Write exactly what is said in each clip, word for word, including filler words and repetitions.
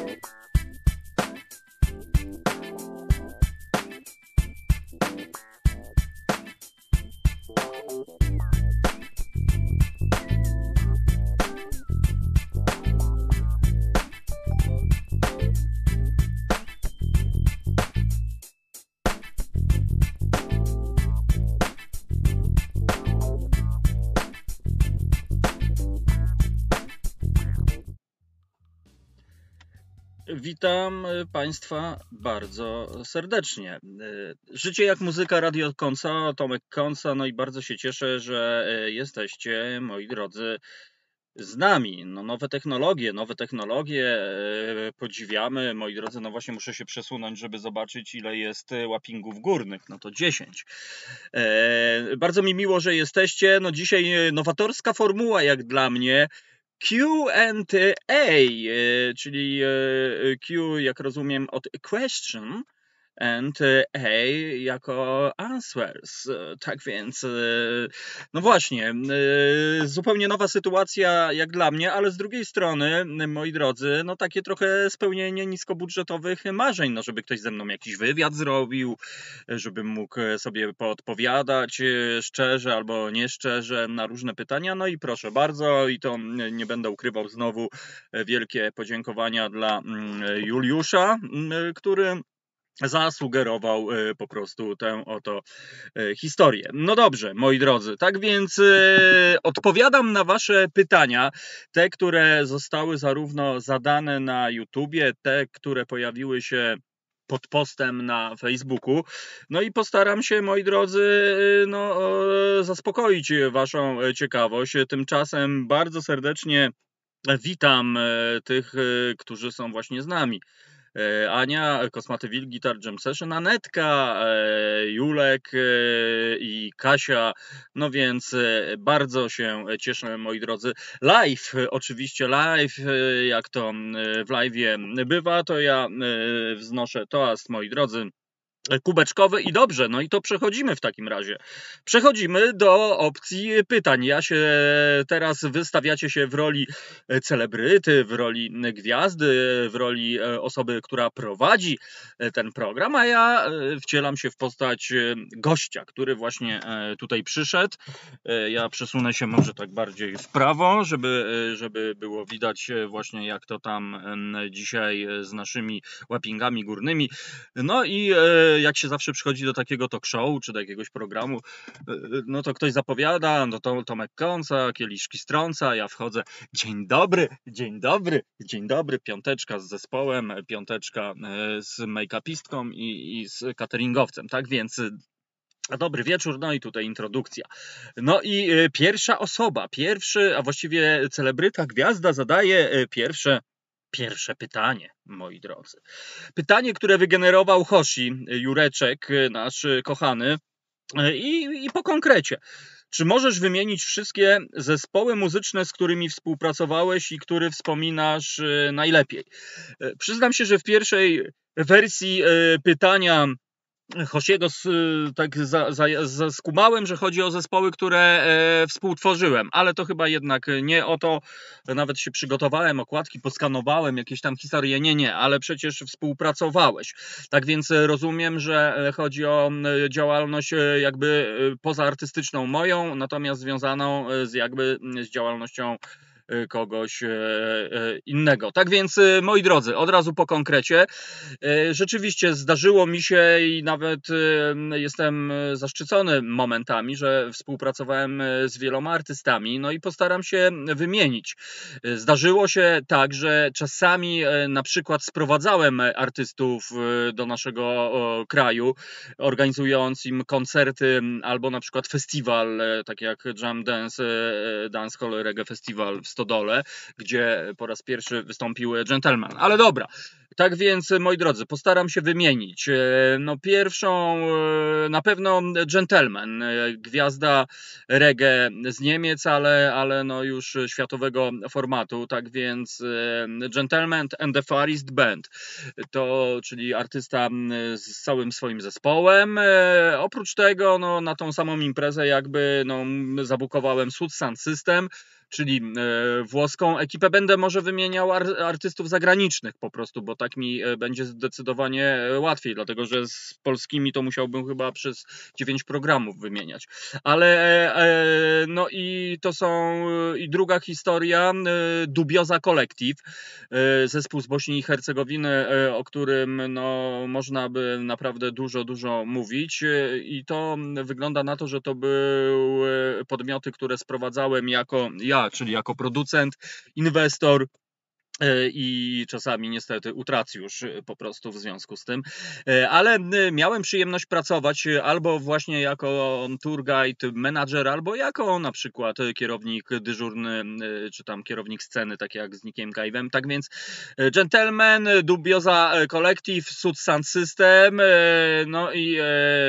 Witam Państwa bardzo serdecznie. Życie jak muzyka, Radio Konca, Tomek Konca, no i bardzo się cieszę, że jesteście, moi drodzy, z nami. No, nowe technologie, nowe technologie podziwiamy. Moi drodzy, no właśnie muszę się przesunąć, żeby zobaczyć, ile jest łapingów górnych. No to dziesięć. Bardzo mi miło, że jesteście. No dzisiaj nowatorska formuła jak dla mnie. Q and A, czyli Q, jak rozumiem, od question, and A jako answers. Tak więc, no właśnie, zupełnie nowa sytuacja jak dla mnie, ale z drugiej strony, moi drodzy, no takie trochę spełnienie niskobudżetowych marzeń, no żeby ktoś ze mną jakiś wywiad zrobił, żebym mógł sobie poodpowiadać szczerze albo nieszczerze na różne pytania. No i proszę bardzo, i to nie będę ukrywał, znowu wielkie podziękowania dla Juliusza, który zasugerował po prostu tę oto historię. No dobrze, moi drodzy, tak więc odpowiadam na wasze pytania, te, które zostały zarówno zadane na YouTubie, te, które pojawiły się pod postem na Facebooku. No i postaram się, moi drodzy, no, zaspokoić waszą ciekawość. Tymczasem bardzo serdecznie witam tych, którzy są właśnie z nami. Ania, Kosmaty Wilk, Guitar Jam Session, Anetka, Julek i Kasia. No więc bardzo się cieszę, moi drodzy. Live, oczywiście live, jak to w live'ie bywa, to ja wznoszę toast, moi drodzy, kubeczkowy i dobrze, no i to przechodzimy w takim razie. Przechodzimy do opcji pytań. Ja się teraz wystawiacie się w roli celebryty, w roli gwiazdy, w roli osoby, która prowadzi ten program, a ja wcielam się w postać gościa, który właśnie tutaj przyszedł. Ja przesunę się może tak bardziej w prawo, żeby, żeby było widać właśnie, jak to tam dzisiaj z naszymi łapingami górnymi. No i jak się zawsze przychodzi do takiego talk show, czy do jakiegoś programu, no to ktoś zapowiada, no to Tomek Konca, kieliszki strąca, ja wchodzę, dzień dobry, dzień dobry, dzień dobry, piąteczka z zespołem, piąteczka z make-upistką i, i z cateringowcem, tak więc dobry wieczór, no i tutaj introdukcja. No i pierwsza osoba, pierwszy, a właściwie celebryta, gwiazda zadaje pierwsze Pierwsze pytanie, moi drodzy. Pytanie, które wygenerował Hoshi, Jureczek, nasz kochany. I, i po konkrecie. Czy możesz wymienić wszystkie zespoły muzyczne, z którymi współpracowałeś i które wspominasz najlepiej? Przyznam się, że w pierwszej wersji pytania Hosiego tak za, za, zaskumałem, że chodzi o zespoły, które e, współtworzyłem, ale to chyba jednak nie o to. Nawet się przygotowałem, okładki poskanowałem, jakieś tam historie, nie, nie, ale przecież współpracowałeś. Tak więc rozumiem, że chodzi o działalność jakby pozaartystyczną moją, natomiast związaną z jakby z działalnością kogoś innego. Tak więc, moi drodzy, od razu po konkrecie. Rzeczywiście zdarzyło mi się i nawet jestem zaszczycony momentami, że współpracowałem z wieloma artystami, no i postaram się wymienić. Zdarzyło się tak, że czasami na przykład sprowadzałem artystów do naszego kraju, organizując im koncerty albo na przykład festiwal, tak jak Jam Dance, Dancehall Reggae Festival w Stodole, gdzie po raz pierwszy wystąpił Gentleman. Ale dobra, tak więc, moi drodzy, postaram się wymienić. No pierwszą, na pewno Gentleman, gwiazda reggae z Niemiec, ale, ale no już światowego formatu, tak więc Gentleman and the Far East Band, to czyli artysta z całym swoim zespołem. Oprócz tego, no na tą samą imprezę jakby no, zabukowałem Sud Sound System, czyli włoską ekipę. Będę może wymieniał artystów zagranicznych po prostu, bo tak mi będzie zdecydowanie łatwiej, dlatego że z polskimi to musiałbym chyba przez dziewięć programów wymieniać. Ale no i to są i druga historia, Dubioza Collective, zespół z Bośni i Hercegowiny, o którym no, można by naprawdę dużo, dużo mówić, i to wygląda na to, że to były podmioty, które sprowadzałem jako ja, czyli jako producent, inwestor i czasami niestety utracjusz po prostu w związku z tym, ale miałem przyjemność pracować albo właśnie jako tour guide, menadżer, albo jako na przykład kierownik dyżurny, czy tam kierownik sceny, tak jak z Nickiem Cave'em. Tak więc Gentleman, Dubioza Collective, Sud Sound System, no i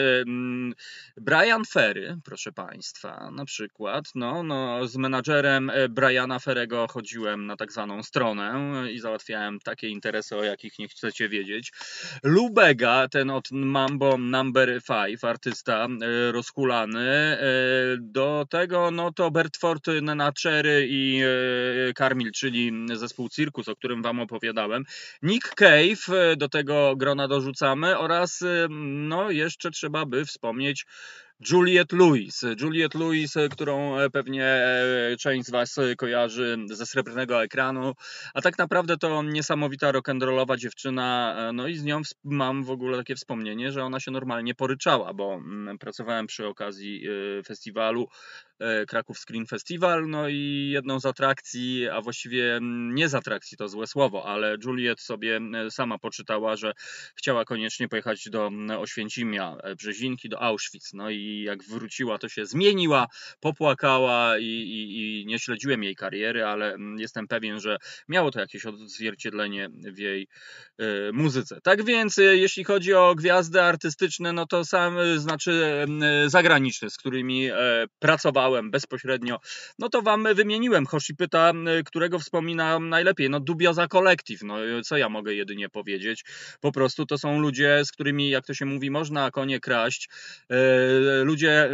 Brian Ferry, proszę Państwa, na przykład, no, no z menadżerem Briana Ferry'ego chodziłem na tak zwaną stronę i załatwiałem takie interesy, o jakich nie chcecie wiedzieć. Lubega, ten od Mambo Number Five, artysta rozhulany. Do tego no to Bertford, Nena Cherry i Carmil, czyli zespół Circus, o którym wam opowiadałem. Nick Cave, do tego grona dorzucamy, oraz no jeszcze trzeba by wspomnieć Juliette Lewis. Juliette Lewis, którą pewnie część z was kojarzy ze Srebrnego Ekranu, a tak naprawdę to niesamowita rock'n'rollowa dziewczyna, no i z nią mam w ogóle takie wspomnienie, że ona się normalnie poryczała, bo pracowałem przy okazji festiwalu Kraków Screen Festival, no i jedną z atrakcji, a właściwie nie z atrakcji, to złe słowo, ale Juliette sobie sama poczytała, że chciała koniecznie pojechać do Oświęcimia, Brzezinki, do Auschwitz, no i jak wróciła, to się zmieniła, popłakała i, i, i nie śledziłem jej kariery, ale jestem pewien, że miało to jakieś odzwierciedlenie w jej y, muzyce. Tak więc jeśli chodzi o gwiazdy artystyczne, no to sam, znaczy y, zagraniczne, z którymi y, pracowałem bezpośrednio, no to wam wymieniłem. Hoshi pyta, którego wspominam najlepiej. No Dubioza Collective, no co ja mogę jedynie powiedzieć. Po prostu to są ludzie, z którymi, jak to się mówi, można konie kraść. Ludzie,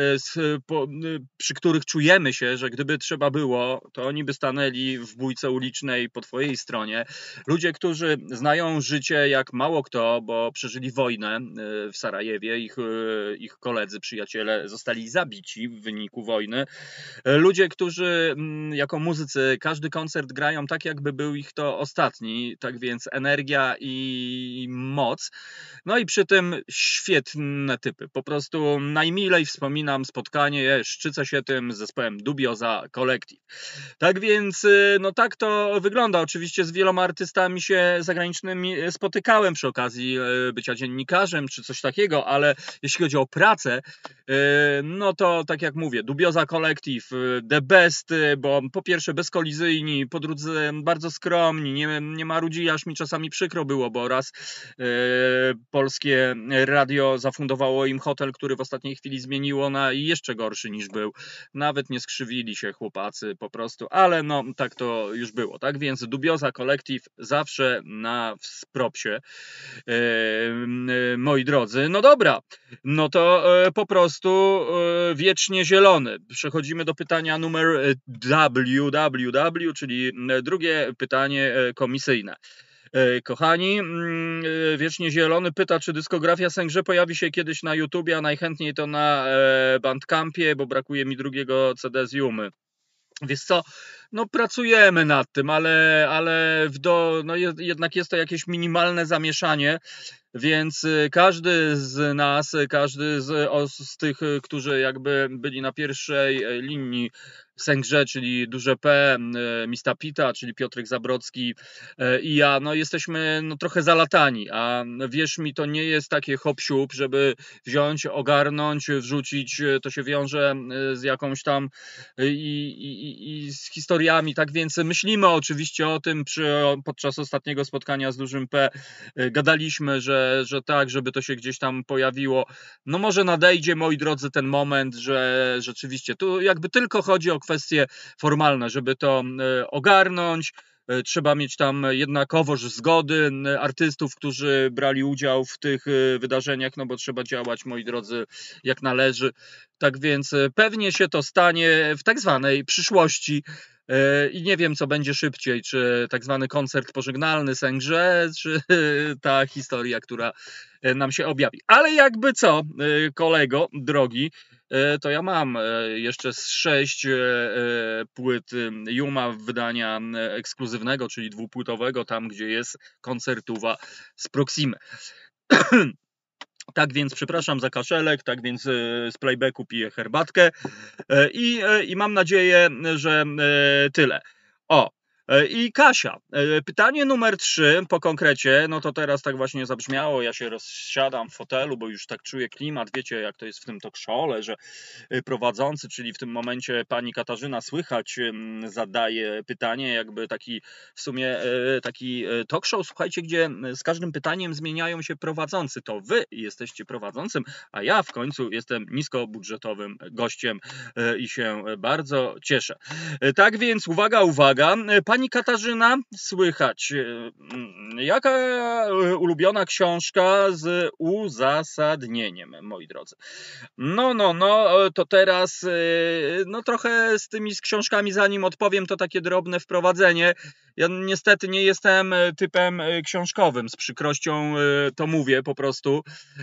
przy których czujemy się, że gdyby trzeba było, to oni by stanęli w bójce ulicznej po twojej stronie. Ludzie, którzy znają życie jak mało kto, bo przeżyli wojnę w Sarajewie. Ich, ich koledzy, przyjaciele zostali zabici w wyniku wojny. Ludzie, którzy jako muzycy każdy koncert grają tak, jakby był ich to ostatni, tak więc energia i moc. No i przy tym świetne typy. Po prostu najmilej wspominam spotkanie, szczycę się tym z zespołem Dubioza Collective. Tak więc, no tak to wygląda. Oczywiście z wieloma artystami się zagranicznymi spotykałem przy okazji bycia dziennikarzem czy coś takiego, ale jeśli chodzi o pracę, no to tak jak mówię, Dubioza Collective, the best, bo po pierwsze bezkolizyjni, po drugie bardzo skromni, nie, nie marudzi, aż mi czasami przykro było, bo raz e, polskie radio zafundowało im hotel, który w ostatniej chwili zmieniło na jeszcze gorszy niż był. Nawet nie skrzywili się chłopacy po prostu, ale no tak to już było. Tak więc Dubioza Collective zawsze na propsie, e, e, moi drodzy. No dobra, no to e, po prostu e, wiecznie zielony. Przechodzimy do pytania numer W W W, czyli drugie pytanie komisyjne. Kochani, Wiecznie Zielony pyta, czy dyskografia Sęgrze pojawi się kiedyś na YouTubie, a najchętniej to na Bandcampie, bo brakuje mi drugiego C D z Jumy. Wiesz co, no pracujemy nad tym, ale, ale w do, no jednak jest to jakieś minimalne zamieszanie, więc każdy z nas, każdy z, z tych, którzy jakby byli na pierwszej linii Sęgrze, czyli duże P, Mista Pita, czyli Piotrek Zabrocki i ja, no jesteśmy no, trochę zalatani, a wierz mi, to nie jest takie hop-siup, żeby wziąć, ogarnąć, wrzucić, to się wiąże z jakąś tam i, i, i z historiami, tak więc myślimy oczywiście o tym, przy, podczas ostatniego spotkania z dużym P gadaliśmy, że, że tak, żeby to się gdzieś tam pojawiło. No może nadejdzie, moi drodzy, ten moment, że rzeczywiście tu jakby tylko chodzi o kwestie formalne, żeby to ogarnąć. Trzeba mieć tam jednakowoż zgody artystów, którzy brali udział w tych wydarzeniach, no bo trzeba działać, moi drodzy, jak należy. Tak więc pewnie się to stanie w tak zwanej przyszłości, I nie wiem, co będzie szybciej, czy tak zwany koncert pożegnalny Sęgrze, czy ta historia, która nam się objawi. Ale jakby co, kolego drogi, to ja mam jeszcze z sześć płyt Juma wydania ekskluzywnego, czyli dwupłytowego, tam gdzie jest koncertuwa z Proximy. Tak więc przepraszam za kaszelek, tak więc z playbacku piję herbatkę i, i mam nadzieję, że tyle. O, i Kasia, pytanie numer trzy po konkrecie, no to teraz tak właśnie zabrzmiało, ja się rozsiadam w fotelu, bo już tak czuję klimat, wiecie jak to jest w tym talk show'le, że prowadzący, czyli w tym momencie pani Katarzyna Słychać zadaje pytanie, jakby taki w sumie taki talk show, słuchajcie, gdzie z każdym pytaniem zmieniają się prowadzący, to wy jesteście prowadzącym, a ja w końcu jestem niskobudżetowym gościem i się bardzo cieszę. Tak więc uwaga, uwaga, pani Katarzyna Słychać, jaka ulubiona książka z uzasadnieniem, moi drodzy? No, no, no, to teraz no trochę z tymi z książkami, zanim odpowiem, to takie drobne wprowadzenie. Ja niestety nie jestem typem książkowym, z przykrością to mówię po prostu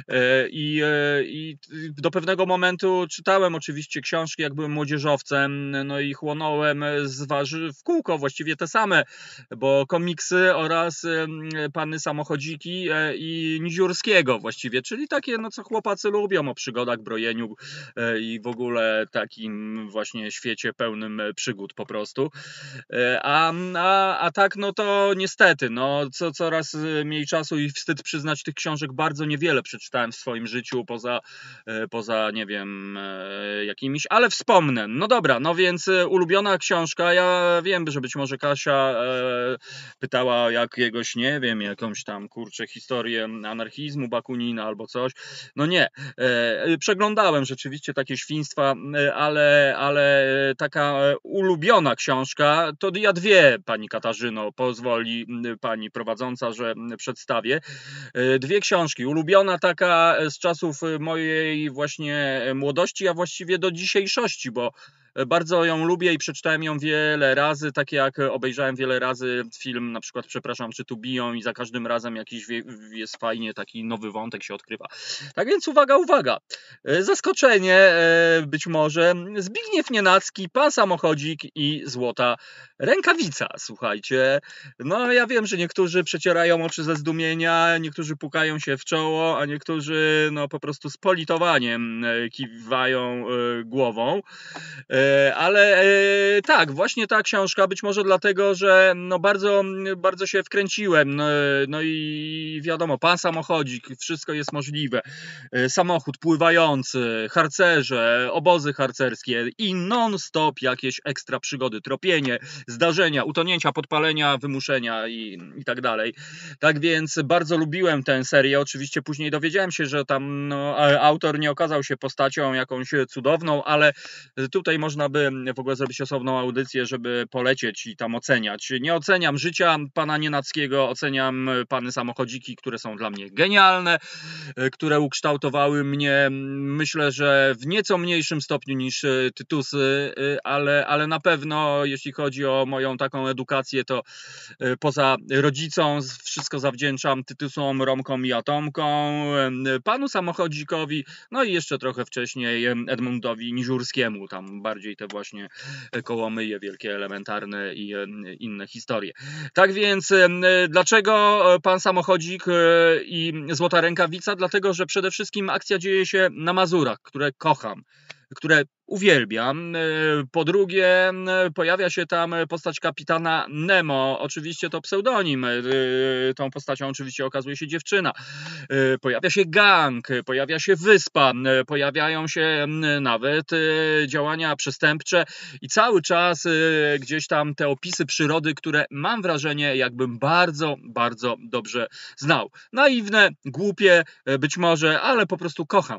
i, i do pewnego momentu czytałem oczywiście książki, jak byłem młodzieżowcem, no i chłonąłem z warzy w kółko, właściwie te same, bo komiksy oraz Panny Samochodziki i Niziurskiego właściwie, czyli takie, no co chłopacy lubią, o przygodach, brojeniu i w ogóle takim właśnie świecie pełnym przygód po prostu. A, a, a tak, no to niestety, no co, coraz mniej czasu i wstyd przyznać, tych książek bardzo niewiele przeczytałem w swoim życiu, poza, poza nie wiem, jakimiś, ale wspomnę. No dobra, no więc ulubiona książka, ja wiem, że być może Kasia pytała jakiegoś, nie wiem, jakąś tam, kurczę, historię anarchizmu Bakunina albo coś. No nie, przeglądałem rzeczywiście takie świństwa, ale, ale taka ulubiona książka, to ja dwie, pani Katarzyno, pozwoli pani prowadząca, że przedstawię. Dwie książki. Ulubiona taka z czasów mojej właśnie młodości, a właściwie do dzisiejszości, bo bardzo ją lubię i przeczytałem ją wiele razy, tak jak obejrzałem wiele razy film, na przykład, przepraszam, czy tu biją i za każdym razem jakiś jest fajnie, taki nowy wątek się odkrywa. Tak więc uwaga, uwaga. Zaskoczenie być może. Zbigniew Nienacki, Pan Samochodzik i Złota Rękawica, słuchajcie. No ja wiem, że niektórzy przecierają oczy ze zdumienia, niektórzy pukają się w czoło, a niektórzy no po prostu z politowaniem kiwają głową. Ale tak, właśnie ta książka, być może dlatego, że no bardzo, bardzo się wkręciłem, no, no i wiadomo, Pan Samochodzik, wszystko jest możliwe, samochód pływający, harcerze, obozy harcerskie i non-stop jakieś ekstra przygody, tropienie, zdarzenia, utonięcia, podpalenia, wymuszenia i, i tak dalej. Tak więc bardzo lubiłem tę serię, oczywiście później dowiedziałem się, że tam no, autor nie okazał się postacią jakąś cudowną, ale tutaj można by w ogóle zrobić osobną audycję, żeby polecieć i tam oceniać. Nie oceniam życia pana Nienackiego, oceniam Panny Samochodziki, które są dla mnie genialne, które ukształtowały mnie, myślę, że w nieco mniejszym stopniu niż Tytusy, ale, ale na pewno jeśli chodzi o moją taką edukację, to poza rodzicom wszystko zawdzięczam Tytusom, Romkom i Atomkom, panu Samochodzikowi, no i jeszcze trochę wcześniej Edmundowi Niziurskiemu, tam bardziej te właśnie kołomyje wielkie, elementarne i inne historie. Tak więc dlaczego Pan Samochodzik i Złota Rękawica? Dlatego, że przede wszystkim akcja dzieje się na Mazurach, które kocham, które uwielbiam. Po drugie, pojawia się tam postać kapitana Nemo. Oczywiście to pseudonim. Tą postacią oczywiście okazuje się dziewczyna. Pojawia się gang, pojawia się wyspa, pojawiają się nawet działania przestępcze i cały czas gdzieś tam te opisy przyrody, które mam wrażenie, jakbym bardzo, bardzo dobrze znał. Naiwne, głupie być może, ale po prostu kocham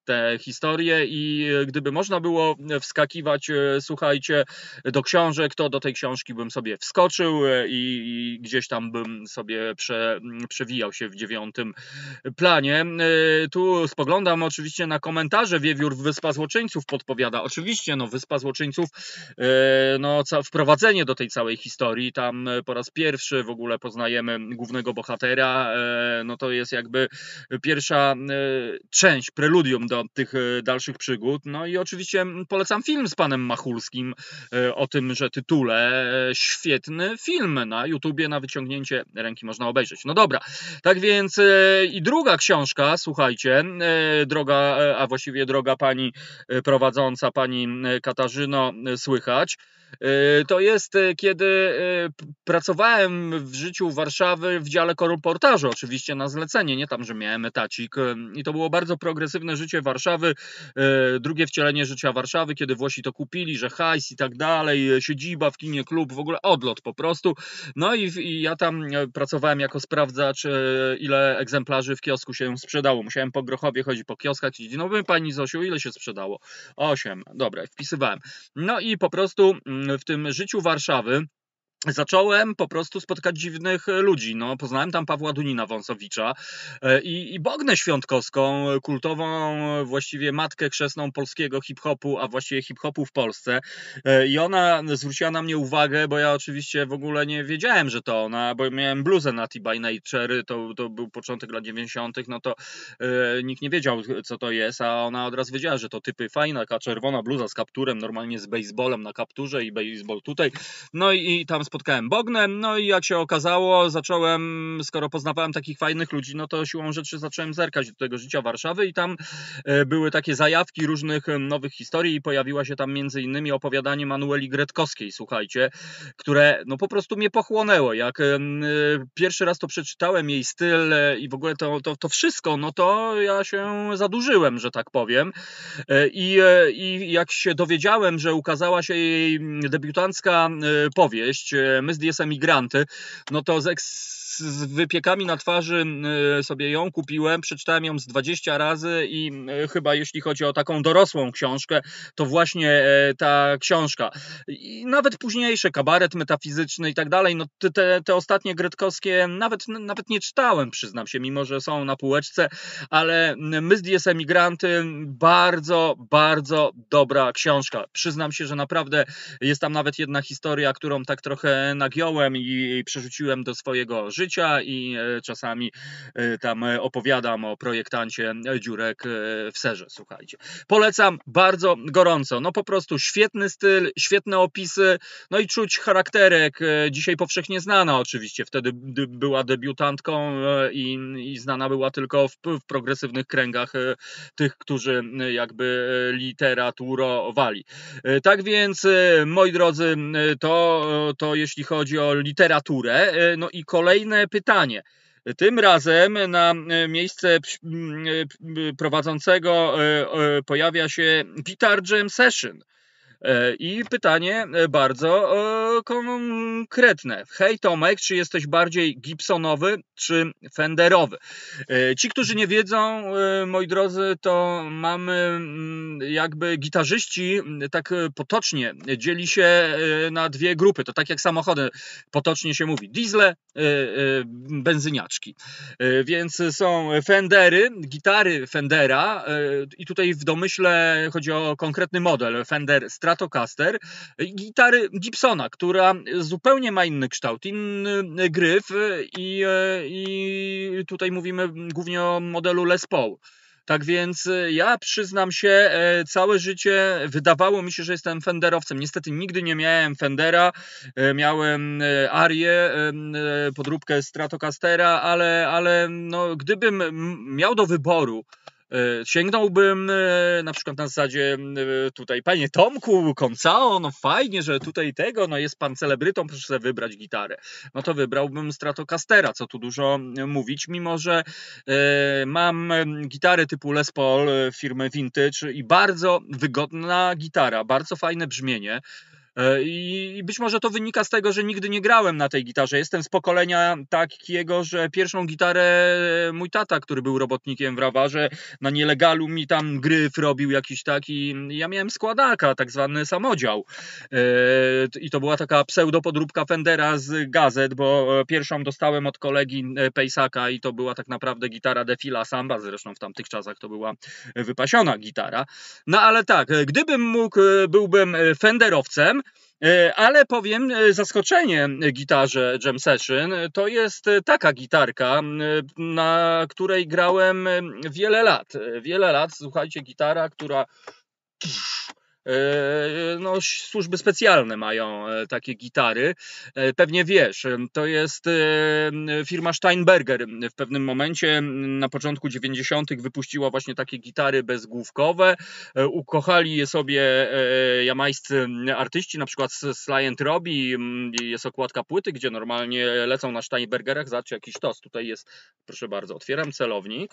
te historie i gdyby można było wskakiwać, słuchajcie, do książek, to do tej książki bym sobie wskoczył i, i gdzieś tam bym sobie prze, przewijał się w dziewiątym planie. Tu spoglądam oczywiście na komentarze. Wiewiór Wyspa Złoczyńców podpowiada. Oczywiście, no Wyspa Złoczyńców, no wprowadzenie do tej całej historii. Tam po raz pierwszy w ogóle poznajemy głównego bohatera. No to jest jakby pierwsza część, preludium do tych dalszych przygód. No i oczywiście polecam film z panem Machulskim o tymże tytule. Świetny film, na YouTubie na wyciągnięcie ręki można obejrzeć. No dobra, tak więc i druga książka, słuchajcie, droga, a właściwie droga pani prowadząca, pani Katarzyno, słychać. To jest, kiedy pracowałem w życiu Warszawy w dziale kolportażu, oczywiście na zlecenie, nie tam, że miałem etacik, i to było bardzo progresywne życie Warszawy, drugie wcielenie życia Warszawy, kiedy Włosi to kupili, że hajs i tak dalej, siedziba w kinie, klub, w ogóle odlot po prostu. No i, i ja tam pracowałem jako sprawdzacz, ile egzemplarzy w kiosku się sprzedało. Musiałem po Grochowie chodzić po kioskach i no pani Zosiu, ile się sprzedało? Osiem. Dobra, wpisywałem. No i po prostu w tym życiu Warszawy zacząłem po prostu spotykać dziwnych ludzi. No, poznałem tam Pawła Dunina-Wąsowicza i, i Bognę Świątkowską, kultową właściwie matkę chrzestną polskiego hip-hopu, a właściwie hip-hopu w Polsce. I ona zwróciła na mnie uwagę, bo ja oczywiście w ogóle nie wiedziałem, że to ona, bo miałem bluzę Natty by Nature, to, to był początek lat dziewięćdziesiątych, no to e, nikt nie wiedział, co to jest, a ona od razu wiedziała, że to typy fajna, taka czerwona bluza z kapturem, normalnie z baseballem na kapturze i baseball tutaj. No i, i tam spotkałem Bognę, no i jak się okazało, zacząłem, skoro poznawałem takich fajnych ludzi, no to siłą rzeczy zacząłem zerkać do tego życia Warszawy i tam były takie zajawki różnych nowych historii i pojawiła się tam między innymi opowiadanie Manueli Gretkowskiej, słuchajcie, które no po prostu mnie pochłonęło. Jak pierwszy raz to przeczytałem, jej styl i w ogóle to, to, to wszystko, no to ja się zadłużyłem, że tak powiem. I, i jak się dowiedziałem, że ukazała się jej debiutancka powieść My z Dies Emigranty, no to z, z wypiekami na twarzy sobie ją kupiłem, przeczytałem ją z dwadzieścia razy i chyba jeśli chodzi o taką dorosłą książkę, to właśnie ta książka. I nawet późniejsze, Kabaret metafizyczny i tak dalej, no te, te ostatnie gretkowskie nawet, nawet nie czytałem, przyznam się, mimo że są na półeczce, ale My z Dies Emigranty, bardzo, bardzo dobra książka. Przyznam się, że naprawdę jest tam nawet jedna historia, którą tak trochę nagiąłem i przerzuciłem do swojego życia i czasami tam opowiadam o projektancie dziurek w serze, słuchajcie. Polecam bardzo gorąco, no po prostu świetny styl, świetne opisy, no i czuć charakterek, dzisiaj powszechnie znana oczywiście, wtedy była debiutantką i, i znana była tylko w, w progresywnych kręgach tych, którzy jakby literaturowali. Tak więc, moi drodzy, to, to jeśli chodzi o literaturę. No i kolejne pytanie. Tym razem na miejsce prowadzącego pojawia się Guitar Jam Session. I pytanie bardzo konkretne. Hej Tomek, czy jesteś bardziej Gibsonowy czy Fenderowy? Ci, którzy nie wiedzą, moi drodzy, to mamy jakby gitarzyści, tak potocznie dzieli się na dwie grupy. To tak jak samochody potocznie się mówi. Diesle, benzyniaczki. Więc są Fendery, gitary Fendera i tutaj w domyśle chodzi o konkretny model Fender Stratocaster, gitary Gibsona, która zupełnie ma inny kształt, inny gryf i, i tutaj mówimy głównie o modelu Les Paul. Tak więc ja przyznam się, całe życie wydawało mi się, że jestem Fenderowcem. Niestety nigdy nie miałem Fendera, miałem Arię, podróbkę Stratocastera, ale, ale no, gdybym miał do wyboru, sięgnąłbym na przykład na zasadzie tutaj, panie Tomku, Koncao, no fajnie, że tutaj tego, no jest pan celebrytą, proszę sobie wybrać gitarę. No to wybrałbym Stratocastera, co tu dużo mówić, mimo że mam gitary typu Les Paul firmy Vintage i bardzo wygodna gitara, bardzo fajne brzmienie. E, I być może to wynika z tego, że nigdy nie grałem na tej gitarze. Jestem z pokolenia takiego, że pierwszą gitarę mój tata, który był robotnikiem w Rawarze, na nielegalu mi tam gryf robił jakiś taki. Ja miałem składaka, tak zwany samodział. E, I to była taka pseudopodróbka Fendera z gazet, bo pierwszą dostałem od kolegi Pejsaka i to była tak naprawdę gitara Defila Samba, zresztą w tamtych czasach to była wypasiona gitara. No ale tak, gdybym mógł, byłbym Fenderowcem, ale powiem, zaskoczenie gitarze Jam Session to jest taka gitarka, na której grałem wiele lat. Wiele lat, słuchajcie, gitara, która... No, służby specjalne mają takie gitary. Pewnie wiesz, to jest firma Steinberger. W pewnym momencie na początku dziewięćdziesiątych wypuściła właśnie takie gitary bezgłówkowe. Ukochali je sobie jamańscy artyści, na przykład Sly and Robbie. Jest okładka płyty, gdzie normalnie lecą na Steinbergerach. Zobaczcie, jakiś tos. Tutaj jest, proszę bardzo, otwieram celownik.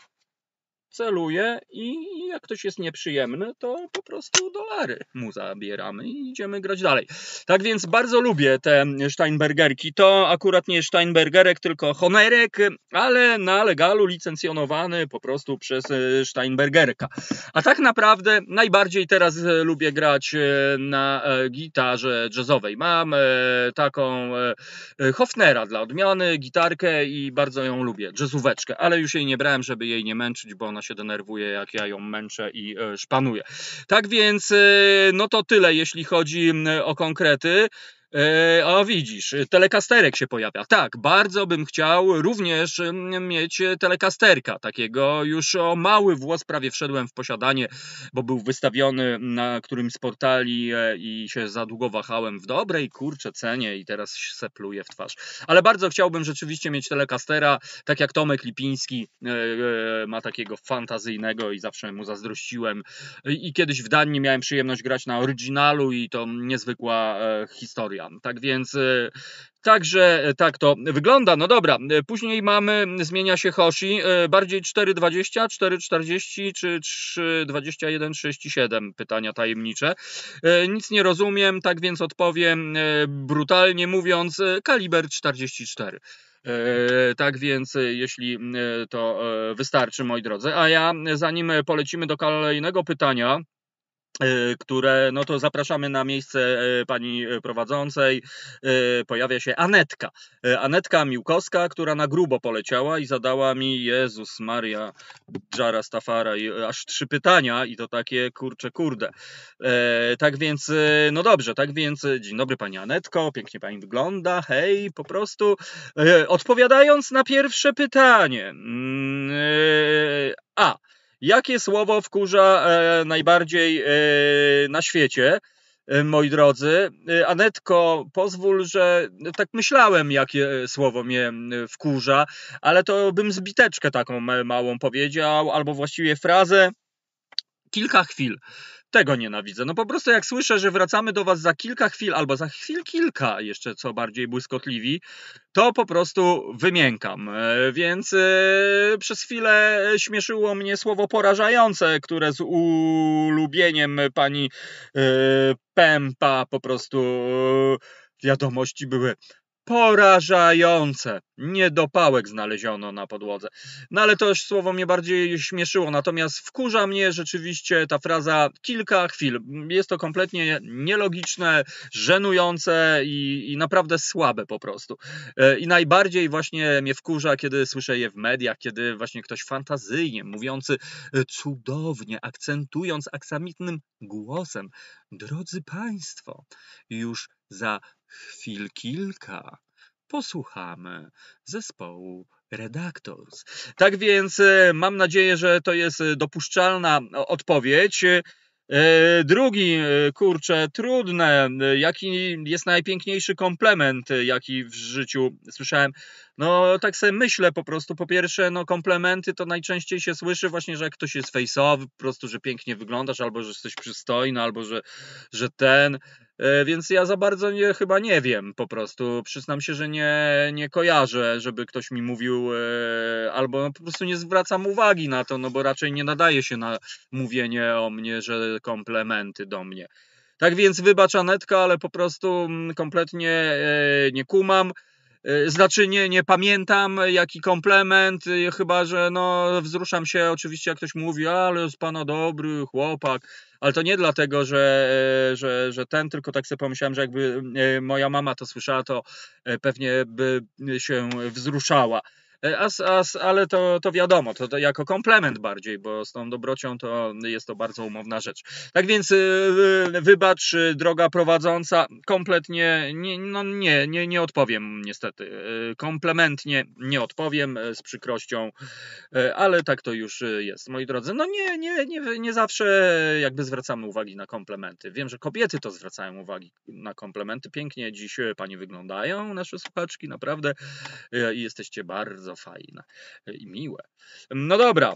Celuję i jak ktoś jest nieprzyjemny, to po prostu dolary mu zabieramy i idziemy grać dalej. Tak więc bardzo lubię te Steinbergerki. To akurat nie Steinbergerek, tylko Honerek, ale na legalu licencjonowany po prostu przez Steinbergerka. A tak naprawdę najbardziej teraz lubię grać na gitarze jazzowej. Mam taką Hofnera dla odmiany, gitarkę i bardzo ją lubię, jazzóweczkę, ale już jej nie brałem, żeby jej nie męczyć, bo ona się denerwuje, jak ja ją męczę i szpanuję. Tak więc, no to tyle, jeśli chodzi o konkrety. O, widzisz, telekasterek się pojawia. Tak, bardzo bym chciał również mieć telekasterka, takiego już o mały włos prawie wszedłem w posiadanie, bo był wystawiony na którymś z portali i się za długo wahałem w dobrej, kurczę, cenie i teraz se pluję w twarz. Ale bardzo chciałbym rzeczywiście mieć telekastera, tak jak Tomek Lipiński ma takiego fantazyjnego i zawsze mu zazdrościłem. I kiedyś w Danii miałem przyjemność grać na oryginalu i to niezwykła historia. Tak więc, także tak to wygląda. No dobra, później mamy, zmienia się Hoshi, bardziej cztery dwadzieścia, cztery czterdzieści czy trzy dwadzieścia jeden trzydzieści siedem, pytania tajemnicze. Nic nie rozumiem, tak więc odpowiem brutalnie mówiąc, kaliber czterdzieści cztery. Tak więc, jeśli to wystarczy, moi drodzy. A ja, zanim polecimy do kolejnego pytania, które, no to zapraszamy na miejsce pani prowadzącej, pojawia się Anetka. Anetka Miłkowska, która na grubo poleciała i zadała mi, Jezus Maria, Dżara Stafara, i aż trzy pytania i to takie kurcze kurde. Tak więc, no dobrze, tak więc, dzień dobry pani Anetko, pięknie pani wygląda, hej, po prostu. Odpowiadając na pierwsze pytanie. A. Jakie słowo wkurza e, najbardziej e, na świecie, e, moi drodzy? E, Anetko, pozwól, że tak myślałem, jakie słowo mnie wkurza, ale to bym zbiteczkę taką małą powiedział, albo właściwie frazę kilka chwil. Tego nienawidzę. No po prostu jak słyszę, że wracamy do was za kilka chwil, albo za chwil kilka, jeszcze co bardziej błyskotliwi, to po prostu wymiękam. Więc yy, przez chwilę śmieszyło mnie słowo porażające, które z ulubieniem pani yy, Pępa po prostu yy, wiadomości były porażające. Niedopałek znaleziono na podłodze. No ale to już słowo mnie bardziej śmieszyło. Natomiast wkurza mnie rzeczywiście ta fraza kilka chwil. Jest to kompletnie nielogiczne, żenujące i, i naprawdę słabe po prostu. I najbardziej właśnie mnie wkurza, kiedy słyszę je w mediach, kiedy właśnie ktoś fantazyjnie, mówiący cudownie, akcentując aksamitnym głosem. Drodzy Państwo, już za chwil kilka posłuchamy zespołu Redactors. Tak więc mam nadzieję, że to jest dopuszczalna odpowiedź. Drugi, kurczę, trudne. Jaki jest najpiękniejszy komplement, jaki w życiu słyszałem? No tak sobie myślę po prostu. Po pierwsze, no komplementy to najczęściej się słyszy właśnie, że jak ktoś jest fejsowy, po prostu, że pięknie wyglądasz, albo że jesteś przystojny, albo że, że ten... Więc ja za bardzo nie, chyba nie wiem po prostu. Przyznam się, że nie, nie kojarzę, żeby ktoś mi mówił, albo po prostu nie zwracam uwagi na to, no bo raczej nie nadaje się na mówienie o mnie, że komplementy do mnie. Tak więc wybacz Anetka, ale po prostu kompletnie nie kumam. Znaczy nie, nie pamiętam jaki komplement, chyba że no wzruszam się oczywiście jak ktoś mówi, ale z pana dobry chłopak, ale to nie dlatego, że, że, że ten, tylko tak sobie pomyślałem, że jakby moja mama to słyszała, to pewnie by się wzruszała. As, as, ale to, to wiadomo, to, to jako komplement bardziej, bo z tą dobrocią to jest to bardzo umowna rzecz. Tak więc wybacz, droga prowadząca, kompletnie nie, no nie, nie, nie odpowiem niestety. Komplementnie nie odpowiem z przykrością, ale tak to już jest, moi drodzy. No nie, nie, nie, nie zawsze jakby zwracamy uwagi na komplementy. Wiem, że kobiety to zwracają uwagi na komplementy. Pięknie dziś pani wyglądają, nasze słuchaczki, naprawdę. I jesteście bardzo fajne i miłe. No dobra,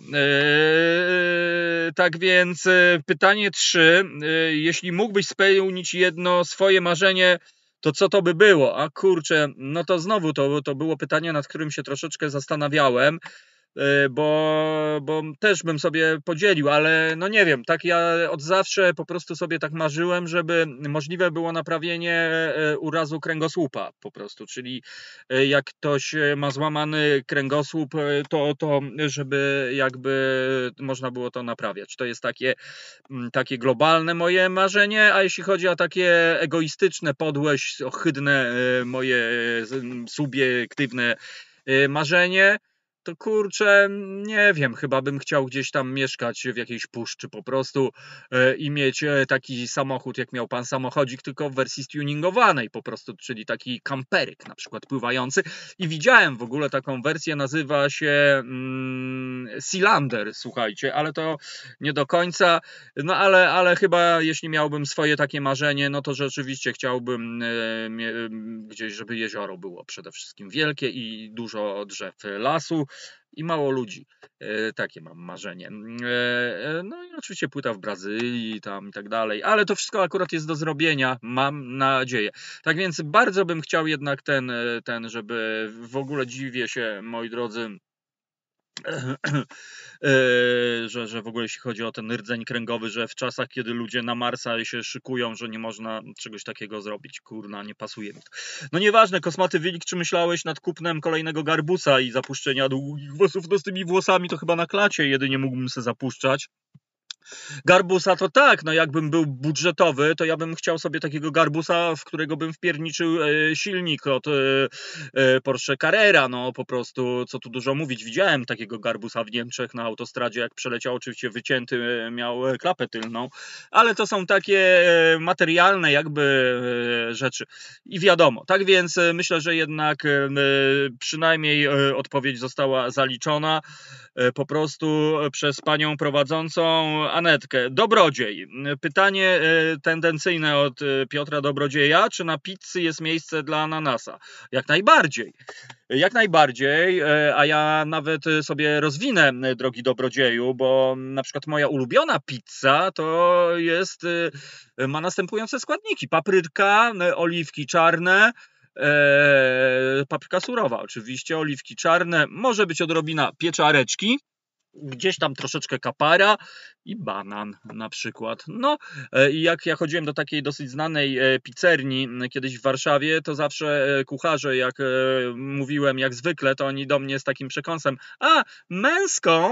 tak więc pytanie trzy. Jeśli mógłbyś spełnić jedno swoje marzenie, to co to by było? A kurczę, no to znowu to, to było pytanie, nad którym się troszeczkę zastanawiałem, bo, bo też bym sobie podzielił, ale no nie wiem, tak ja od zawsze po prostu sobie tak marzyłem, żeby możliwe było naprawienie urazu kręgosłupa po prostu, czyli jak ktoś ma złamany kręgosłup, to, to żeby jakby można było to naprawiać. To jest takie, takie globalne moje marzenie, a jeśli chodzi o takie egoistyczne, podłe, ohydne moje subiektywne marzenie, to kurczę, nie wiem, chyba bym chciał gdzieś tam mieszkać w jakiejś puszczy po prostu i mieć taki samochód, jak miał pan samochodzik, tylko w wersji stuningowanej po prostu, czyli taki kamperyk na przykład pływający. I widziałem w ogóle taką wersję, nazywa się mm, Sealander, słuchajcie, ale to nie do końca, no ale, ale chyba jeśli miałbym swoje takie marzenie, no to rzeczywiście chciałbym gdzieś, żeby jezioro było przede wszystkim wielkie i dużo drzew, lasu i mało ludzi. Takie mam marzenie. No i oczywiście płyta w Brazylii tam i tak dalej, ale to wszystko akurat jest do zrobienia, mam nadzieję. Tak więc bardzo bym chciał jednak ten, ten żeby w ogóle dziwię się, moi drodzy, że, że w ogóle jeśli chodzi o ten rdzeń kręgowy, że w czasach, kiedy ludzie na Marsa się szykują, że nie można czegoś takiego zrobić. Kurna, nie pasuje mi to. No nieważne, Kosmaty Wilik, czy myślałeś nad kupnem kolejnego garbusa i zapuszczenia długich włosów? No z tymi włosami to chyba na klacie jedynie mógłbym sobie zapuszczać. Garbusa to tak, no jakbym był budżetowy, to ja bym chciał sobie takiego garbusa, w którego bym wpierniczył silnik od Porsche Carrera, no po prostu, co tu dużo mówić, widziałem takiego garbusa w Niemczech na autostradzie, jak przeleciał, oczywiście wycięty, miał klapę tylną, ale to są takie materialne jakby rzeczy i wiadomo, tak więc myślę, że jednak przynajmniej odpowiedź została zaliczona po prostu przez panią prowadzącą Anetkę. Dobrodziej. Pytanie tendencyjne od Piotra Dobrodzieja. Czy na pizzy jest miejsce dla ananasa? Jak najbardziej. Jak najbardziej, a ja nawet sobie rozwinę, drogi Dobrodzieju, bo na przykład moja ulubiona pizza to jest, ma następujące składniki. Papryka, oliwki czarne, Eee, papryka surowa oczywiście, oliwki czarne, może być odrobina pieczareczki, gdzieś tam troszeczkę kapara i banan na przykład. No i jak ja chodziłem do takiej dosyć znanej pizzerni kiedyś w Warszawie, to zawsze kucharze, jak mówiłem jak zwykle, to oni do mnie z takim przekąsem, a męską,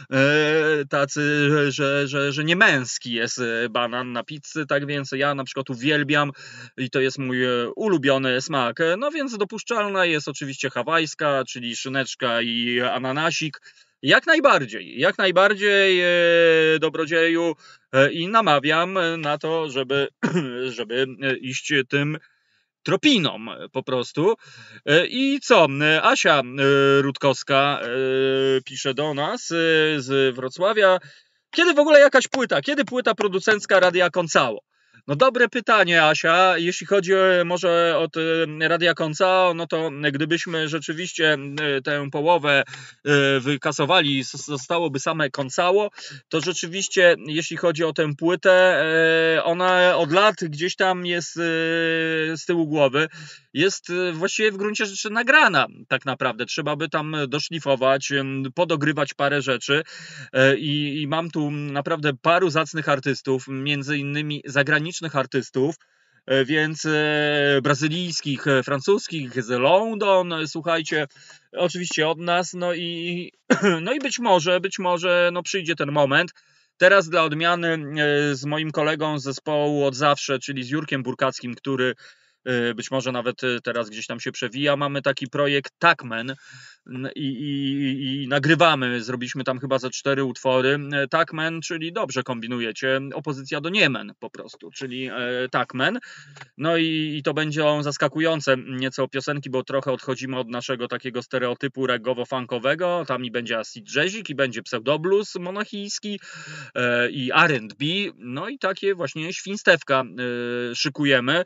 tacy, że, że, że nie męski jest banan na pizzy, tak więc ja na przykład uwielbiam i to jest mój ulubiony smak. No więc dopuszczalna jest oczywiście hawajska, czyli szyneczka i ananasik. Jak najbardziej, jak najbardziej, Dobrodzieju, i namawiam na to, żeby, żeby iść tym tropiną po prostu. I co? Asia Rutkowska pisze do nas z Wrocławia. Kiedy w ogóle jakaś płyta? Kiedy płyta producencka Radia Koncało? No dobre pytanie, Asia. Jeśli chodzi może o Radia Koncało, no to gdybyśmy rzeczywiście tę połowę wykasowali, zostałoby same Koncało, to rzeczywiście jeśli chodzi o tę płytę, ona od lat gdzieś tam jest z tyłu głowy. Jest właściwie w gruncie rzeczy nagrana tak naprawdę. Trzeba by tam doszlifować, podogrywać parę rzeczy i, i mam tu naprawdę paru zacnych artystów, między innymi zagranicznych zagranicznych artystów, więc brazylijskich, francuskich, z London, słuchajcie, oczywiście od nas, no i, no i być może, być może no przyjdzie ten moment. Teraz dla odmiany z moim kolegą z zespołu Od Zawsze, czyli z Jurkiem Burkackim, który być może nawet teraz gdzieś tam się przewija, mamy taki projekt Tuckman i, i, i nagrywamy, zrobiliśmy tam chyba ze cztery utwory. Tuckman, czyli dobrze kombinujecie, opozycja do Niemen po prostu, czyli Tuckman. No i, i to będzie zaskakujące nieco piosenki, bo trochę odchodzimy od naszego takiego stereotypu reggowo-funkowego. Tam i będzie acid jazzik, i będzie pseudoblues monachijski i R and B, no i takie właśnie świństewka szykujemy.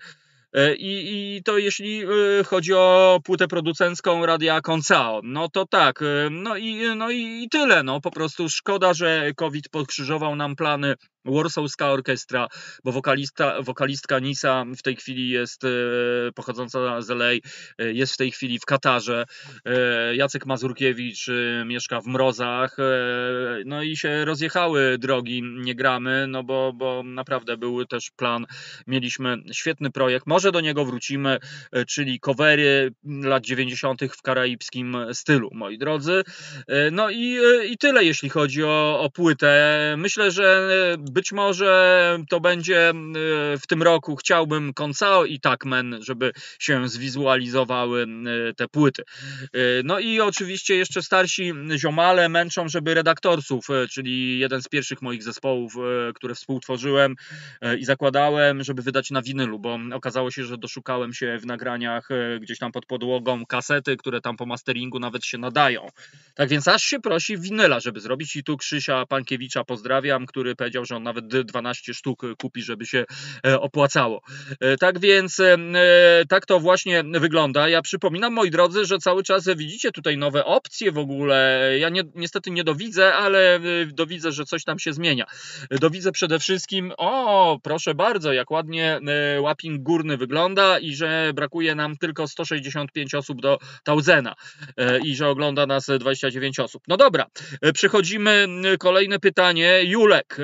I, I to jeśli chodzi o płytę producencką Radia Koncao, no to tak, no i, no i tyle, no po prostu szkoda, że COVID pokrzyżował nam plany. Warsawska Orkiestra, bo wokalista, wokalistka Nisa w tej chwili jest pochodząca z L A, jest w tej chwili w Katarze. Jacek Mazurkiewicz mieszka w Mrozach, no i się rozjechały drogi, nie gramy, no bo, bo naprawdę był też plan, mieliśmy świetny projekt, może do niego wrócimy, czyli covery lat dziewięćdziesiątych w karaibskim stylu, moi drodzy. No i, i tyle, jeśli chodzi o, o płytę. Myślę, że być może to będzie w tym roku, chciałbym Koncao i Tuckman, żeby się zwizualizowały te płyty. No i oczywiście jeszcze starsi ziomale męczą, żeby Redaktorsów, czyli jeden z pierwszych moich zespołów, które współtworzyłem i zakładałem, żeby wydać na winylu, bo okazało się, że doszukałem się w nagraniach gdzieś tam pod podłogą kasety, które tam po masteringu nawet się nadają. Tak więc aż się prosi winyla, żeby zrobić, i tu Krzysia Pankiewicza pozdrawiam, który powiedział, że on nawet dwanaście sztuk kupi, żeby się opłacało. Tak więc tak to właśnie wygląda. Ja przypominam, moi drodzy, że cały czas widzicie tutaj nowe opcje w ogóle. Ja nie, niestety nie dowidzę, ale dowidzę, że coś tam się zmienia. Dowidzę przede wszystkim, o proszę bardzo, jak ładnie Łaping Górny wygląda i że brakuje nam tylko sto sześćdziesiąt pięć osób do Tauzen'a i że ogląda nas dwadzieścia dziewięć osób. No dobra, przechodzimy, kolejne pytanie. Julek.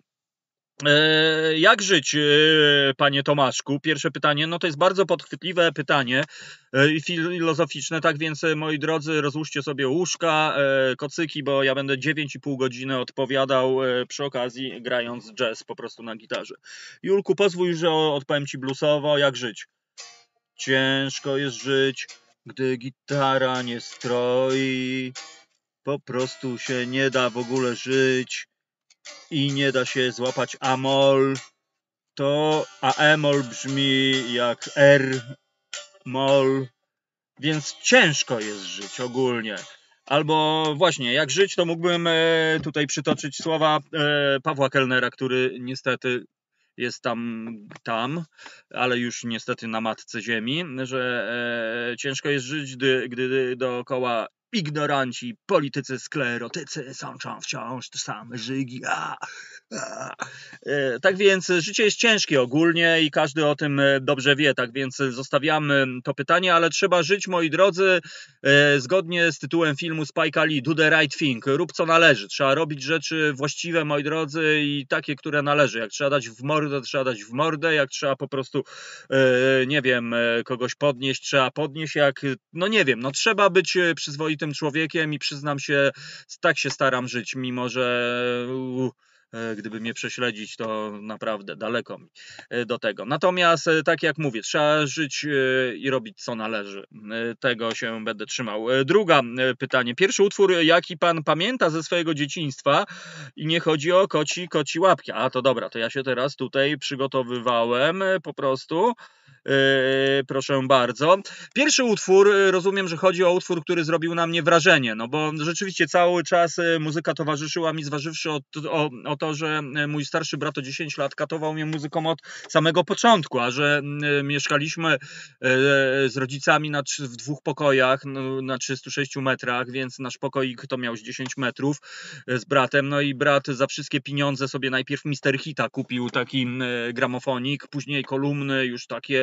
Jak żyć, panie Tomaszku? Pierwsze pytanie, no to jest bardzo podchwytliwe pytanie i filozoficzne, tak więc moi drodzy, rozłóżcie sobie łóżka, kocyki, bo ja będę dziewięć i pół godziny odpowiadał przy okazji grając jazz po prostu na gitarze. Julku, pozwól, że odpowiem ci bluesowo, jak żyć? Ciężko jest żyć, gdy gitara nie stroi, po prostu się nie da w ogóle żyć. I nie da się złapać A-moll, to a E-moll brzmi jak R-moll, więc ciężko jest żyć ogólnie. Albo właśnie, jak żyć, to mógłbym tutaj przytoczyć słowa Pawła Kellnera, który niestety jest tam, tam, ale już niestety na matce ziemi, że e, ciężko jest żyć, gdy, gdy dookoła ignoranci, politycy, sklerotycy sączą wciąż te same żygi. A, a. E, tak więc życie jest ciężkie ogólnie i każdy o tym dobrze wie, tak więc zostawiamy to pytanie, ale trzeba żyć, moi drodzy, e, zgodnie z tytułem filmu Spike'a Lee, Do the Right Thing, rób co należy. Trzeba robić rzeczy właściwe, moi drodzy, i takie, które należy. Jak trzeba dać w mordę, to trzeba dać w mordę, jak trzeba po prostu, e, nie wiem, kogoś podnieść, trzeba podnieść, jak, no nie wiem, no trzeba być przyzwoitym człowiekiem i przyznam się, tak się staram żyć, mimo że uh, gdyby mnie prześledzić, to naprawdę daleko mi do tego. Natomiast tak jak mówię, trzeba żyć i robić co należy. Tego się będę trzymał. Druga pytanie. Pierwszy utwór, jaki pan pamięta ze swojego dzieciństwa i nie chodzi o koci, koci łapki. A to dobra, to ja się teraz tutaj przygotowywałem po prostu. Yy, proszę bardzo. Pierwszy utwór, rozumiem, że chodzi o utwór, który zrobił na mnie wrażenie, no bo rzeczywiście cały czas muzyka towarzyszyła mi, zważywszy o, o, o to, że mój starszy brat o dziesięć lat katował mnie muzyką od samego początku, a że y, mieszkaliśmy y, z rodzicami na, w dwóch pokojach no, na trzystu sześciu metrach, więc nasz pokoik to miał z dziesięć metrów y, z bratem, no i brat za wszystkie pieniądze sobie najpierw mister Hita kupił taki y, gramofonik, później kolumny już takie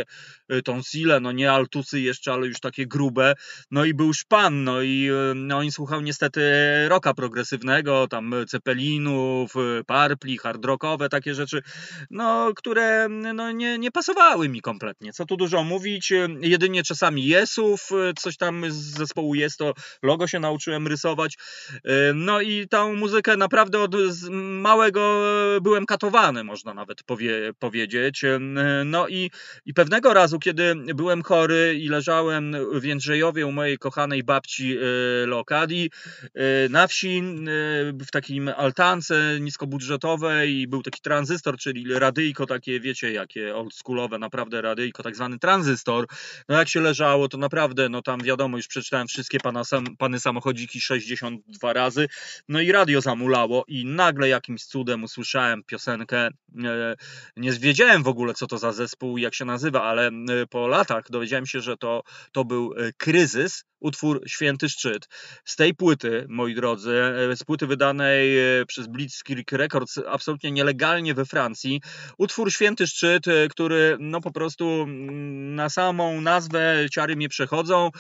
tonsile, no nie altusy jeszcze, ale już takie grube, no i był szpan, no i no, on słuchał niestety rocka progresywnego, tam Ceppelinów, Purpli, hard rockowe, takie rzeczy, no, które no, nie, nie pasowały mi kompletnie, co tu dużo mówić, jedynie czasami Yesów, coś tam z zespołu Yes, to logo się nauczyłem rysować, no i tą muzykę naprawdę od małego byłem katowany, można nawet powie, powiedzieć, no i, i pewnego razu, kiedy byłem chory i leżałem w Jędrzejowie u mojej kochanej babci Leokadii na wsi, w takim altance niskobudżetowej i był taki tranzystor, czyli radyjko takie, wiecie, jakie oldschoolowe, naprawdę radyjko, tak zwany tranzystor. No jak się leżało, to naprawdę, no tam wiadomo, już przeczytałem wszystkie pana sam, pany samochodziki sześćdziesiąt dwa razy, no i radio zamulało i nagle jakimś cudem usłyszałem piosenkę, nie wiedziałem w ogóle, co to za zespół, jak się nazywa, ale po latach dowiedziałem się, że to, to był Kryzys, utwór Święty Szczyt. Z tej płyty, moi drodzy, z płyty wydanej przez Blitzkrieg Records absolutnie nielegalnie we Francji, utwór Święty Szczyt, który no po prostu na samą nazwę ciary mnie przechodzą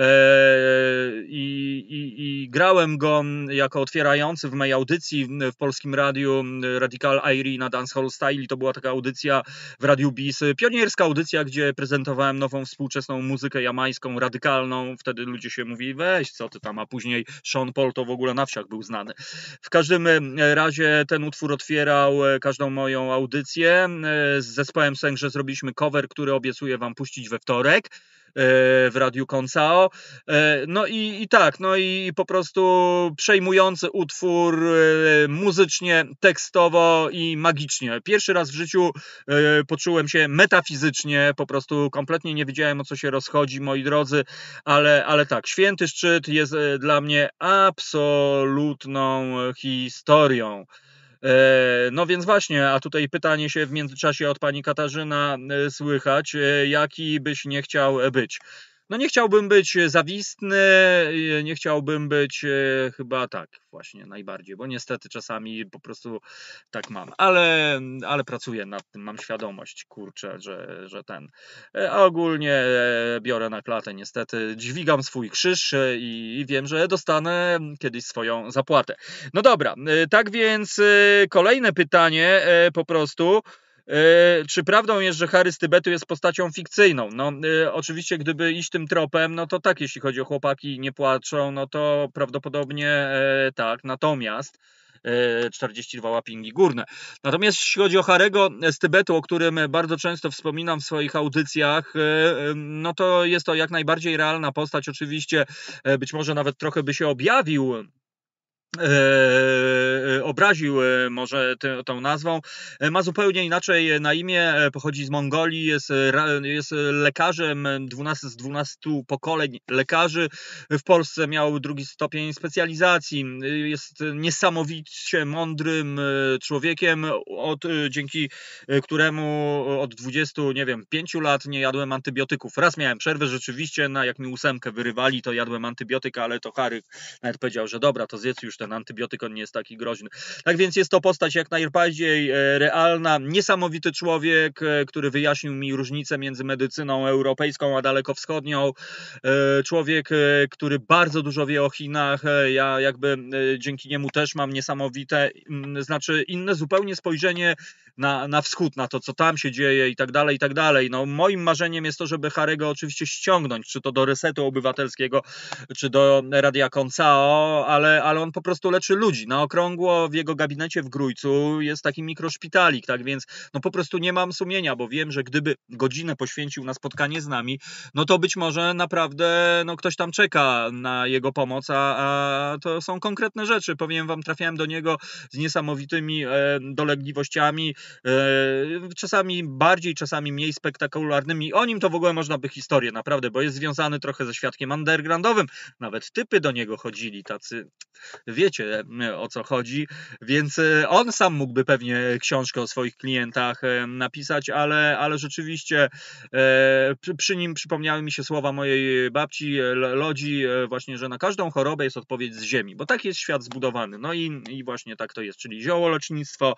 i, i, i grałem go jako otwierający w mojej audycji w polskim radiu Radical Airy na Dancehall Style. To była taka audycja w Radiu Bis, pionierska audycja, gdzie prezentowałem nową współczesną muzykę jamańską, radykalną. Wtedy ludzie się mówili, weź co ty tam, a później Sean Paul to w ogóle na wsiach był znany. W każdym razie ten utwór otwierał każdą moją audycję. Z zespołem Sęgrze zrobiliśmy cover, który obiecuję wam puścić we wtorek w Radiu Koncao. No i, i tak, no i po prostu przejmujący utwór muzycznie, tekstowo i magicznie. Pierwszy raz w życiu poczułem się metafizycznie, po prostu kompletnie nie wiedziałem, o co się rozchodzi, moi drodzy, ale, ale tak, Święty Szczyt jest dla mnie absolutną historią. No więc właśnie, a tutaj pytanie się w międzyczasie od pani Katarzyna słychać, jaki byś nie chciał być. No nie chciałbym być zawistny, nie chciałbym być chyba tak właśnie najbardziej, bo niestety czasami po prostu tak mam, ale, ale pracuję nad tym, mam świadomość, kurczę, że, że ten, a ogólnie biorę na klatę niestety, dźwigam swój krzyż i, i wiem, że dostanę kiedyś swoją zapłatę. No dobra, tak więc kolejne pytanie po prostu. Czy prawdą jest, że Harry z Tybetu jest postacią fikcyjną? No oczywiście, gdyby iść tym tropem, no to tak, jeśli chodzi o Chłopaki nie płaczą, no to prawdopodobnie tak, natomiast czterdzieści dwa łapingi górne. Natomiast jeśli chodzi o Harego z Tybetu, o którym bardzo często wspominam w swoich audycjach, no to jest to jak najbardziej realna postać, oczywiście być może nawet trochę by się objawił, Eee, obraził może tę, tą nazwą. Ma zupełnie inaczej na imię, pochodzi z Mongolii, jest, jest lekarzem dwunastu z dwunastu pokoleń lekarzy. W Polsce miał drugi stopień specjalizacji. Jest niesamowicie mądrym człowiekiem, od, dzięki któremu od dwudziestu, nie wiem, pięciu lat nie jadłem antybiotyków. Raz miałem przerwę rzeczywiście, na jak mi ósemkę wyrywali, to jadłem antybiotyk, ale to Harry nawet powiedział, że dobra, to zjedz już ten antybiotyk, on nie jest taki groźny. Tak więc jest to postać jak najbardziej realna, niesamowity człowiek, który wyjaśnił mi różnicę między medycyną europejską a dalekowschodnią. Człowiek, który bardzo dużo wie o Chinach, ja jakby dzięki niemu też mam niesamowite, znaczy inne zupełnie spojrzenie na, na wschód, na to, co tam się dzieje i tak dalej, i tak dalej. No, moim marzeniem jest to, żeby Harego oczywiście ściągnąć, czy to do Resetu Obywatelskiego, czy do Radia Koncao, ale, ale on po prostu leczy ludzi. Na okrągło w jego gabinecie w Grójcu jest taki mikroszpitalik, tak więc no po prostu nie mam sumienia, bo wiem, że gdyby godzinę poświęcił na spotkanie z nami, no to być może naprawdę no ktoś tam czeka na jego pomoc, a, a to są konkretne rzeczy. Powiem wam, trafiałem do niego z niesamowitymi e, dolegliwościami, e, czasami bardziej, czasami mniej spektakularnymi. O nim to w ogóle można by historię, naprawdę, bo jest związany trochę ze świadkiem undergroundowym. Nawet typy do niego chodzili, tacy wiecie o co chodzi, więc on sam mógłby pewnie książkę o swoich klientach napisać, ale, ale rzeczywiście przy, przy nim przypomniały mi się słowa mojej babci Lodzi, właśnie, że na każdą chorobę jest odpowiedź z ziemi, bo tak jest świat zbudowany. No i, i właśnie tak to jest, czyli ziołolecznictwo,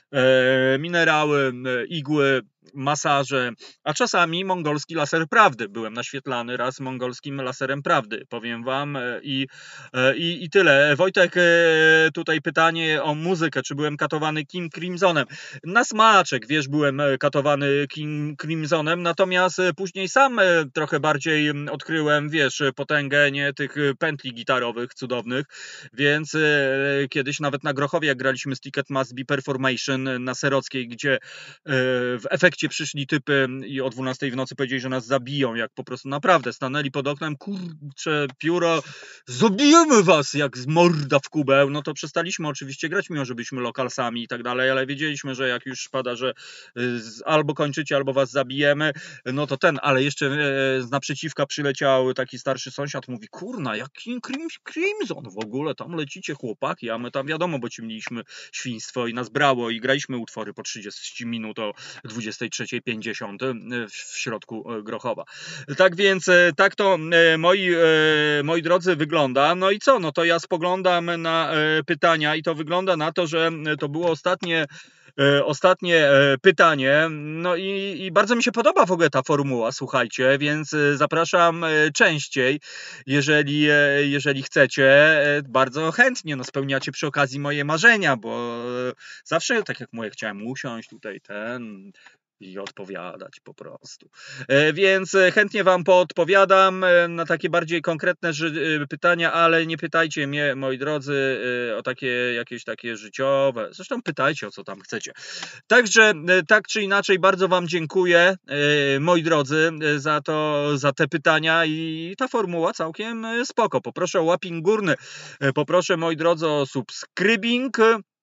minerały, igły, masaże, a czasami mongolski laser prawdy. Byłem naświetlany raz mongolskim laserem prawdy, powiem wam, i, i, i tyle. Wojtek, tutaj pytanie o muzykę, czy byłem katowany King Crimsonem. Na smaczek, wiesz, byłem katowany King Crimsonem, natomiast później sam trochę bardziej odkryłem, wiesz, potęgę, nie, tych pętli gitarowych cudownych, więc kiedyś nawet na Grochowie, jak graliśmy Ticket Must Be Performation na Serockiej, gdzie w efekcie przyszli typy i o dwunastej w nocy powiedzieli, że nas zabiją, jak po prostu naprawdę stanęli pod oknem, kurcze, pióro, zabijemy was, jak z morda w kubeł, no to przestaliśmy oczywiście grać, mimo że byliśmy lokalsami i tak dalej, ale wiedzieliśmy, że jak już pada, że albo kończycie, albo was zabijemy, no to ten, ale jeszcze z naprzeciwka przyleciał taki starszy sąsiad, mówi, kurna, jaki Crimson w ogóle, tam lecicie chłopaki, a my tam wiadomo, bo ciemniliśmy świństwo i nas brało i graliśmy utwory po trzydzieści minut o dwudziestej trzeciej pięćdziesiąt w środku Grochowa. Tak więc tak to, moi, moi drodzy, wygląda. No i co? No to ja spoglądam na pytania i to wygląda na to, że to było ostatnie Ostatnie pytanie, no i, i bardzo mi się podoba w ogóle ta formuła, słuchajcie, więc zapraszam częściej, jeżeli, jeżeli chcecie, bardzo chętnie, no spełniacie przy okazji moje marzenia, bo zawsze, tak jak mówię, chciałem usiąść tutaj, ten... i odpowiadać po prostu. Więc chętnie wam poodpowiadam na takie bardziej konkretne pytania, ale nie pytajcie mnie, moi drodzy, o takie jakieś takie życiowe. Zresztą pytajcie, o co tam chcecie. Także tak czy inaczej bardzo wam dziękuję, moi drodzy, za to, za te pytania i ta formuła całkiem spoko. Poproszę o łaping górny, poproszę, moi drodzy, o subskrybing.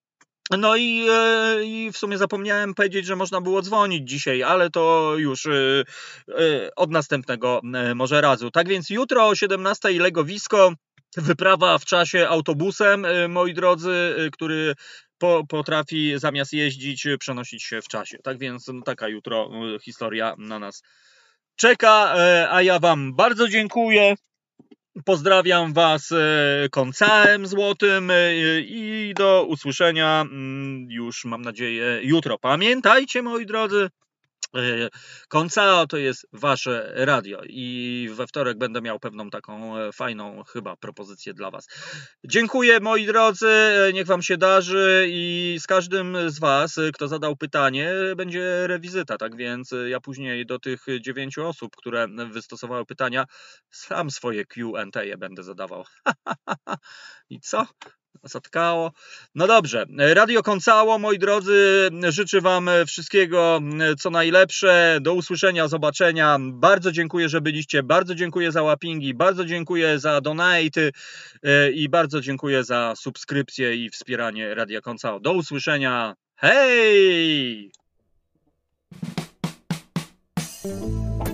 No i, i w sumie zapomniałem powiedzieć, że można było dzwonić dzisiaj, ale to już od następnego może razu. Tak więc jutro o siedemnastej legowisko, wyprawa w czasie autobusem, moi drodzy, który po, potrafi zamiast jeździć, przenosić się w czasie. Tak więc taka jutro historia na nas czeka, a ja wam bardzo dziękuję. Pozdrawiam was koncałem złotym i do usłyszenia już, mam nadzieję, jutro. Pamiętajcie, moi drodzy, Koncao to jest wasze radio i we wtorek będę miał pewną taką fajną chyba propozycję dla was. Dziękuję, moi drodzy, niech wam się darzy i z każdym z was, kto zadał pytanie, będzie rewizyta, tak więc ja później do tych dziewięciu osób, które wystosowały pytania, sam swoje Q and A będę zadawał. I co? Zatkało. No dobrze, Radio Koncao, moi drodzy, życzę wam wszystkiego co najlepsze, do usłyszenia, zobaczenia, bardzo dziękuję, że byliście, bardzo dziękuję za łapingi, bardzo dziękuję za donaty i bardzo dziękuję za subskrypcję i wspieranie Radia Koncao. Do usłyszenia, hej!